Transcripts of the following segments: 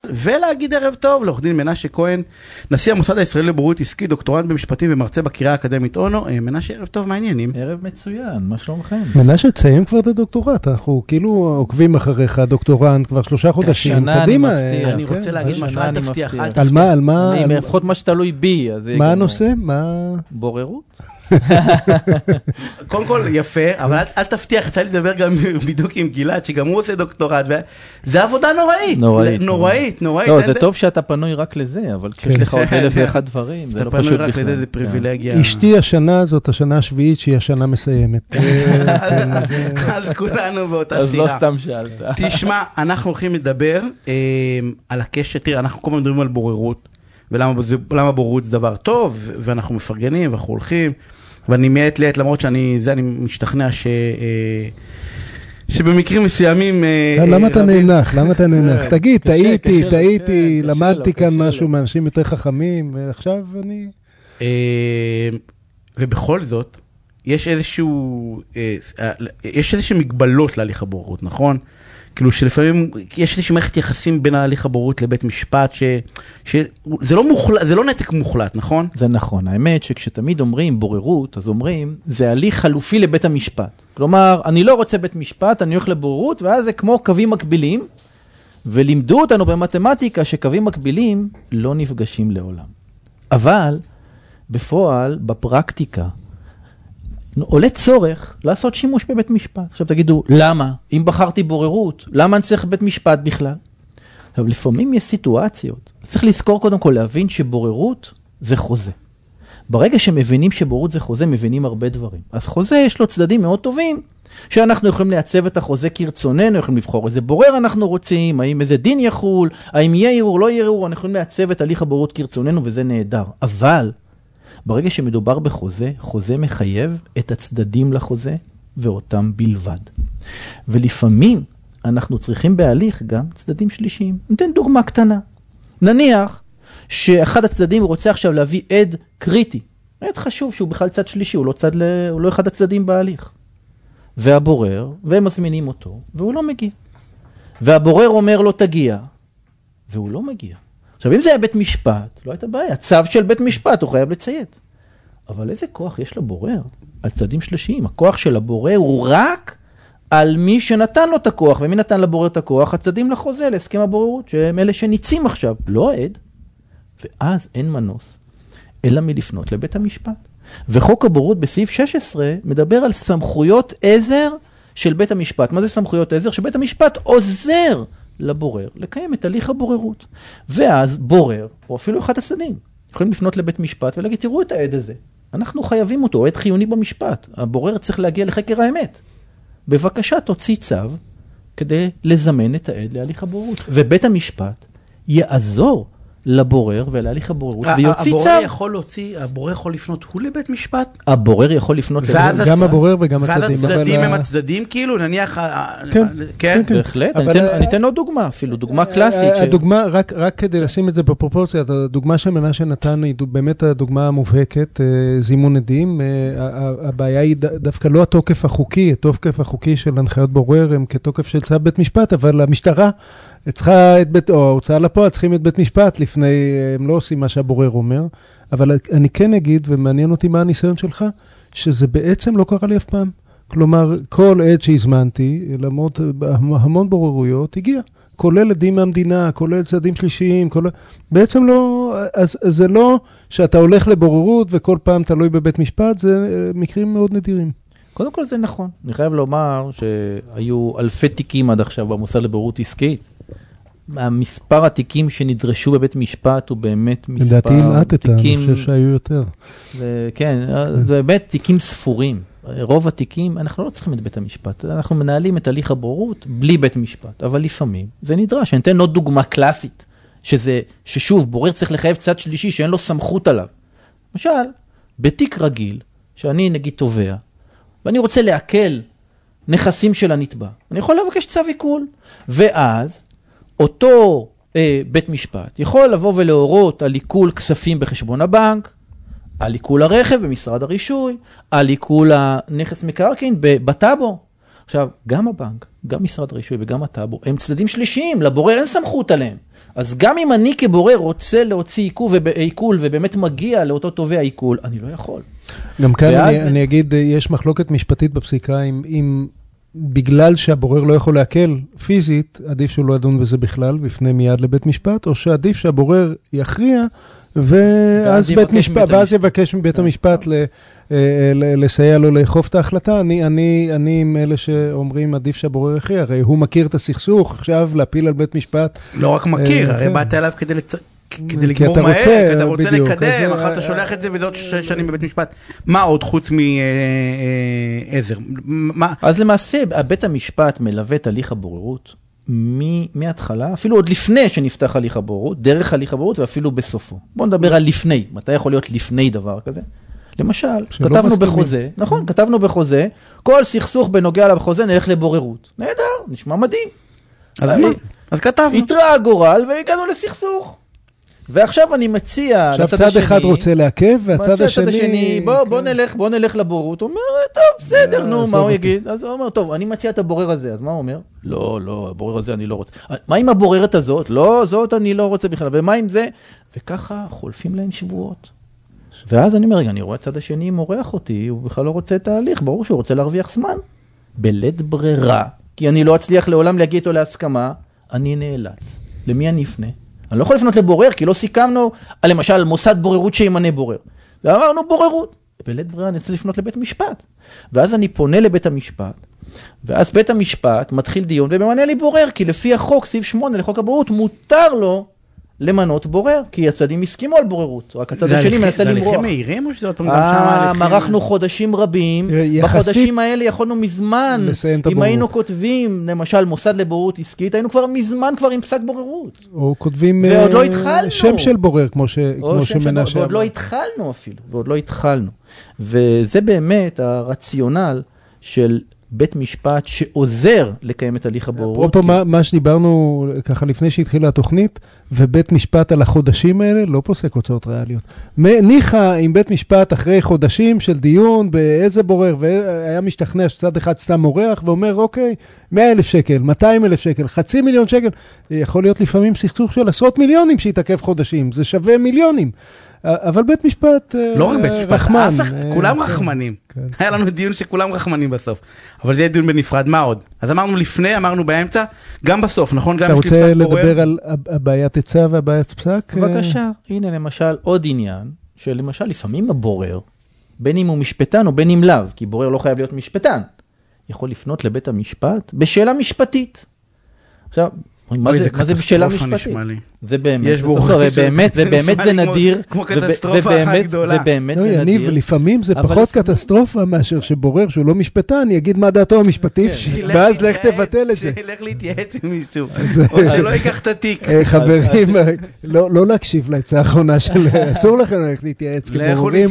ולהגיד ערב טוב לעורך דין מנשה כהן, נשיא המוסד הישראלי לבוררות עסקית, דוקטורנט במשפטים ומרצה בקריה האקדמית אונו. מנשה, ערב טוב, מה העניינים? ערב מצוין, מה שלומכם? מנשה, תסיים כבר את הדוקטורט, אנחנו כאילו עוקבים אחריך, דוקטורנט, כבר 3 חודשים, קדימה. אני רוצה להגיד משהו, אל תבטיח. על מה? אני לפחות מה שתלוי בי. מה הנושא? בוררות? קודם כל יפה, אבל אל תבטיח, יצא לי לדבר גם בדיוק עם גלעד, שגם הוא עושה דוקטורט, זה עבודה נוראית. לא, זה טוב שאתה פנוי רק לזה, אבל כשיש לך עוד 1,001 דברים, זה לא פשוט בכלל. אתה פנוי רק לזה, זה פריבילגיה. אשתי השנה זאת השנה השביעית, שהיא השנה מסיימת. אז כולנו באותה סירה. אז לא סתם שאלת. תשמע, אנחנו הולכים לדבר על הקשר, תראה, אנחנו כל הזמן מדברים על בוררות, ולמה בוררות זה דבר טוב, ואנחנו מפרגנים, ואנחנו הולכים, ואני מעת לעת, למרות שאני משתכנע שבמקרים מסוימים... למה אתה נהנח? תגיד, טעיתי, למדתי כאן משהו מאנשים יותר חכמים, ועכשיו אני... ובכל זאת, יש איזשהו מגבלות להליך הבוררות, נכון? כאילו שלפעמים יש איזושהי מערכת יחסים בין ההליך הבוררות לבית משפט, זה לא נתק מוחלט, נכון? זה נכון. האמת שכשתמיד אומרים בוררות, אז אומרים, זה הליך חלופי לבית המשפט. כלומר, אני לא רוצה בית משפט, אני הולך לבוררות, ואז זה כמו קווים מקבילים, ולימדו אותנו במתמטיקה שקווים מקבילים לא נפגשים לעולם. אבל בפועל, בפרקטיקה, עולה צורך לעשות שימוש בבית משפט. עכשיו תגידו, למה? אם בחרתי בוררות, למה אני צריך בית משפט בכלל? עכשיו, לפעמים יש סיטואציות. צריך לזכור קודם כל להבין שבוררות זה חוזה. ברגע שמבינים שבוררות זה חוזה, מבינים הרבה דברים. אז חוזה יש לו צדדים מאוד טובים, שאנחנו יכולים לייצב את החוזה כרצוננו, יכולים לבחור איזה בורר אנחנו רוצים, האם איזה דין יחול, האם יהיה ערעור, לא יהיה ערעור, אנחנו יכולים לייצב את הליך הבוררות כרצוננו, וזה נהדר. אבל ברגע שמדובר בחוזה, חוזה מחייב את הצדדים לחוזה ואותם בלבד. ולפעמים אנחנו צריכים בהליך גם צדדים שלישיים. ניתן דוגמה קטנה. נניח שאחד הצדדים רוצה עכשיו להביא עד קריטי. עד חשוב שהוא בכלל צד שלישי, הוא לא אחד הצדדים בהליך. והבורר, והם מזמינים אותו, והוא לא מגיע. והבורר אומר לו תגיע, והוא לא מגיע. עכשיו, אם זה היה בית משפט, לא הייתה בעיה. צו של בית משפט, הוא חייב לציית. אבל איזה כוח יש לבורר על צדדים שלישיים? הכוח של הבורר הוא רק על מי שנתן לו את הכוח. ומי נתן לבורר את הכוח? הצדדים לחוזה, להסכם הבוררות, שהם אלה שניצים עכשיו, לא העד. ואז אין מנוס, אלא מלפנות לבית המשפט. וחוק הבוררות בסעיף 16 מדבר על סמכויות עזר של בית המשפט. מה זה סמכויות עזר? שבית המשפט עוזר לבורר לקיים את הליך הבוררות. ואז בורר, או אפילו אחד הצדדים, יכולים לפנות לבית משפט ולהגיד, תראו את העד הזה. אנחנו חייבים אותו, עד חיוני במשפט. הבורר צריך להגיע לחקר האמת. בבקשה, תוציא צו כדי לזמן את העד להליך הבוררות. ובית המשפט יעזור לבורר ולהליך הבוררות, ויוציא צו. הבורר יכול לפנות הוא לבית משפט? הבורר יכול לפנות גם הבורר וגם הצדדים. ואז הצדדים הם הצדדים, כאילו, נניח... כן, בהחלט. אני אתן עוד דוגמה, אפילו דוגמה קלאסית. הדוגמה, רק כדי לשים את זה בפרופורציה, הדוגמה שמנשה נתן היא באמת הדוגמה המובהקת, זימון עדים. הבעיה היא דווקא לא התוקף החוקי, התוקף החוקי של הנחיות בורר הם כתוקף של צו בית משפט, אבל המשטרה צריכה את בית, או ההוצאה לפועל צריכים את בית משפט לפני, הם לא עושים מה שהבורר אומר, אבל אני כן אגיד, ומעניין אותי מה הניסיון שלך, שזה בעצם לא קרה לי אף פעם. כלומר, כל עד שהזמנתי, למרות המון בוררויות, הגיע. כולל עדים מהמדינה, כולל צדדים שלישיים, בעצם לא, אז זה לא שאתה הולך לבוררות וכל פעם תלוי בבית משפט, זה מקרים מאוד נדירים. קודם כל זה נכון. אני חייב לומר שהיו אלפי תיקים עד עכשיו במוסד לבוררות עסקית. המספר התיקים שנדרשו בבית משפט הוא באמת מספר תיקים... לדעתי מעטת, אני חושב שהיו יותר. כן, זה באמת תיקים ספורים. רוב התיקים, אנחנו לא צריכים את בית המשפט. אנחנו מנהלים את הליך הבוררות בלי בית משפט. אבל לפעמים זה נדרש. אני אתן עוד דוגמה קלאסית, ששוב, בורר צריך לחייב צד שלישי שאין לו סמכות עליו. למשל, בתיק רגיל, שאני נגיד תובע, ואני רוצה להקל נכסים של הנתבע. אני יכול לבקש צו עיקול. ואז אותו בית משפט יכול לבוא ולהורות על עיקול כספים בחשבון הבנק, על עיקול הרכב במשרד הרישוי, על עיקול הנכס מקרקעין בטאבו. עכשיו, גם הבנק, גם משרד הרישוי וגם הטאבו, הם צדדים שלישיים, לבורר אין סמכות עליהם. אז גם אם אני כבורר רוצה להוציא עיכול ובאמת מגיע לאותו תובע עיכול, אני לא יכול. גם כאן אני אגיד, יש מחלוקת משפטית בפסיקה, אם בגלל שהבורר לא יכול להקל פיזית, עדיף שהוא לא ידון בזה בכלל, בפני מיד לבית משפט, או שעדיף שהבורר יכריע, ואז יבקש מבית המשפט לסייע לו לאכוף את ההחלטה. אני עם אלה שאומרים עדיף שהבורר יכריע, הרי הוא מכיר את הסכסוך, עכשיו להפיל על בית משפט. לא רק מכיר, הרי באת אליו כדי לגמור מהר, כי אתה רוצה לקדם, אחר אתה שולח את זה וזה עוד 6 שנים בבית משפט. מה עוד חוץ מעזר? אז למעשה, בית המשפט מלווה את הליך הבוררות מההתחלה, אפילו עוד לפני שנפתח הליך הבוררות, דרך הליך הבוררות ואפילו בסופו. בואו נדבר על לפני, מתי יכול להיות לפני דבר כזה? למשל, כתבנו בחוזה, נכון, כתבנו בחוזה, כל סכסוך בנוגע לבחוזה נלך לבוררות. נהדר, נשמע מדהים. אז מה? אז כתבנו. התראה הגורל והגענו לסכסוך. ועכשיו אני מציע לצד השני... עכשיו צד אחד רוצה לעכב, והצד השני... בוא נלך לבוררות. הוא אומר, טוב, בסדר, נו, מה הוא יגיד? אז הוא אומר, טוב, אני מציע את הבורר הזה. אז מה הוא אומר? לא, הבורר הזה אני לא רוצה. מה עם הבוררת הזאת? לא, זאת אני לא רוצה בכלל. ומה עם זה? וככה חולפים להם שבועות. ואז אני אומר, רגע, אני רואה צד השני מורח אותי, הוא בכלל לא רוצה את ההליך, ברור שהוא רוצה להרוויח זמן. בלית ברירה, כי אני לא אצליח לעולם להגיע איתו להסכמה, אני נאלץ. למי אני אפנה? אני לא יכול לפנות לבורר, כי לא סיכמנו, למשל, מוסד בוררות שימנה בורר. ואמרנו בוררות. בלית ברירה אני צריך לפנות לבית המשפט. ואז אני פונה לבית המשפט, ואז בית המשפט מתחיל דיון, וממנה לי בורר, כי לפי החוק, סעיף 8 לחוק הבוררות, מותר לו למנות בורר, כי הצדדים הסכימו על בוררות, רק הצד השני מנסה למרוח. זה הליכים מהירים או שזה עוד פעם גם שם הליכים? מרחנו חודשים רבים, בחודשים האלה יכולנו מזמן, אם היינו כותבים, למשל מוסד לבוררות עסקית, היינו כבר מזמן כבר עם פסק בוררות. או כותבים שם של בורר, כמו שמנשה. ועוד לא התחלנו אפילו, ועוד לא התחלנו. וזה באמת הרציונל של בית משפט שעוזר לקיים את הליך הבוררות. אפרופו מה שדיברנו ככה לפני שהתחילה התוכנית, ובית משפט על החודשים האלה לא פוסק הוצאות ריאליות. ניחא עם בית משפט אחרי חודשים של דיון באיזה בורר, והיה משתכנע שצד אחד סתם מורח, ואומר אוקיי, 100,000 שקל, 200,000 שקל, 500,000 שקל, יכול להיות לפעמים סכסוך של עשרות מיליונים שיתעכב חודשים, זה שווה מיליונים. אבל בית משפט לא רק בית משפט, רחמן, כולם רחמנים. היה לנו דיון שכולם רחמנים בסוף. אבל זה יהיה דיון בנפרד, מה עוד? אז אמרנו לפני, אמרנו באמצע, גם בסוף, נכון? אתה רוצה לדבר על הבעיית היצע והבעיית פסק? בבקשה, הנה למשל עוד עניין, שלמשל לפעמים הבורר, בין אם הוא משפטן או בין אם לאו, כי בורר לא חייב להיות משפטן, יכול לפנות לבית המשפט בשאלה משפטית. עכשיו, מה זה בשאלה משפטית? זה באמת, ובאמת זה נדיר, כמו קטסטרופה אחת גדולה. ובאמת זה נדיר. לפעמים זה פחות קטסטרופה מאשר שבורר שהוא לא משפטן, יגיד מה דעתו המשפטית, ואז לך תבטל את זה. שילך להתייעץ עם מישהו, או שלא ייקח את התיק. חברים, לא להקשיב לעצה האחרונה של, אסור לכם ללכת להתייעץ כבוררים,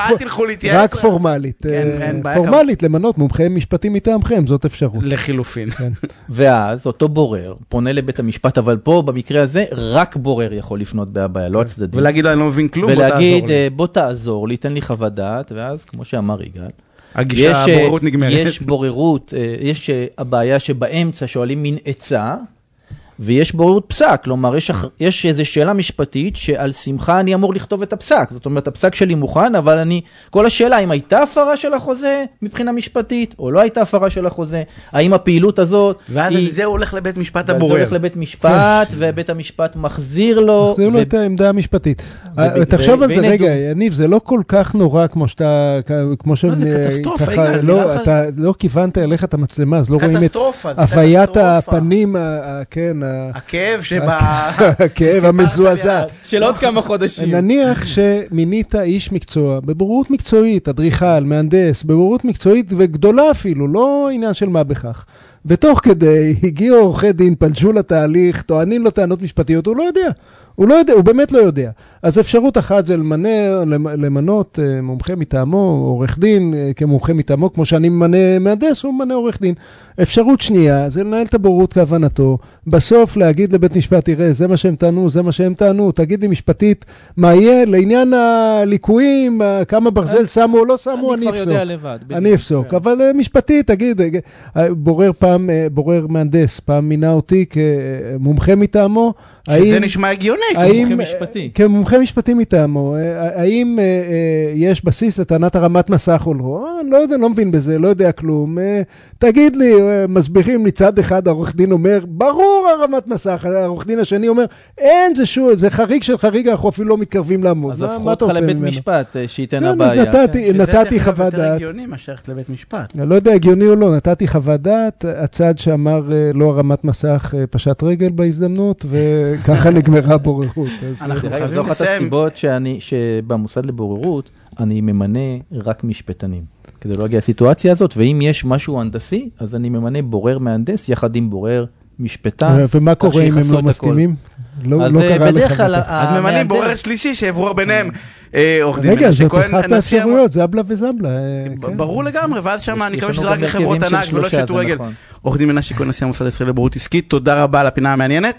רק פורמלית. פורמלית, למנות מומחי משפטים מטעמכם, זאת אפשרות. לחילופין. ואז אותו בורר פונה לבית המשפט, אבל פה במקרה הזה רק בורר יכול לפנות בהבעיה, לא הצדדים. ולהגיד, אני לא מבין כלום, ולהגיד, בוא תעזור לי, תן לי חוות דעת, ואז, כמו שאמר יגאל, הגישה, הבוררות נגמרת. יש בוררות, יש הבעיה שבאמצע שואלים מין עצה, ויש בוררות פסק, כלומר, יש איזו שאלה משפטית שעל שמחה אני אמור לכתוב את הפסק. זאת אומרת, הפסק שלי מוכן, אבל כל השאלה, האם הייתה הפרה של החוזה מבחינה משפטית, או לא הייתה הפרה של החוזה, האם הפעילות הזאת... ואז זה הולך לבית משפט הבורר. זה הולך לבית משפט, ובית המשפט מחזיר לו... מחזיר לו את העמדה המשפטית. תחשוב על זה, רגע, יניב, זה לא כל כך נורא כמו שאתה... זה קטסטרופה, אתה לא כיוונת אליך את המצלמה, אז לא רואים את הוויית הפנים, כן, הכאב הכאב המזועזע. של עוד כמה חודשים. נניח שמינית איש מקצוע, בבוררות מקצועית, אדריכל, מהנדס, בבוררות מקצועית וגדולה אפילו, לא עניין של מה בכך. ותוך כדי הגיעו עורכי דין, פלשו לתהליך, טוענים לו טענות משפטיות, הוא לא יודע. הוא באמת לא יודע. אז אפשרות אחת זה למנות מומחה מטעמו, עורך דין כמומחה מטעמו, כמו שאני ממנה מהנדס, הוא ממנה עורך דין. אפשרות שנייה זה לנהל את הבוררות כהבנתו, בסוף להגיד לבית משפט, תראה, זה מה שהם טענו, זה מה שהם טענו, תגיד לי משפטית, מה יהיה לעניין הליקויים, כמה ברזל שמו או לא שמו, אני אפסוק. אני אפסוק, אבל משפטית, תגיד, בורר פעם פעם בורר מהנדס, פעם מינה אותי כמומחה מטעמו. שזה נשמע הגיוני, כמומחה משפטי. כמומחה משפטי מטעמו. האם יש בסיס לטענת הרמת מסך או לא? אני לא יודע, לא מבין בזה, לא יודע כלום. תגיד לי, מסבירים לי צד אחד, העורך דין אומר, ברור הרמת מסך, העורך דין השני אומר, אין, זה חריג של חריג, אנחנו אפילו לא מתקרבים לעמוד. אז הפכו אותך לבית משפט, שייתן הבעיה. נתתי חוות דעת. שזה הגיוני מה שייכת לבית משפט. לא יודע, הגיוני או לא, נתתי חוות דעת, הצד שאמר לא הרמת מסך פשט רגל בהזדמנות, וככה נגמרה בוררות. זו אחת הסיבות שבמוסד לבוררות, אני ממנה רק משפטנים. כדי לא להגיע לסיטואציה הזאת, ואם יש משהו הנדסי, אז אני ממנה בורר מהנדס, יחד עם בורר משפטן. ומה קורה אם הם לא מסכימים? אז בדרך כלל... אז ממנים בורר שלישי שעברו ביניהם עורך דין רגע, זאת אחת האפשרויות, זבלה וזבלה. ברור לגמרי, ואז שם אני מקווה שזה רק לחברות ענק ולא שטו רגל. עורך דין מנשה כהן, נשיא המוסד הישראלי לבוררות עסקית, תודה רבה על הפינה המעניינת.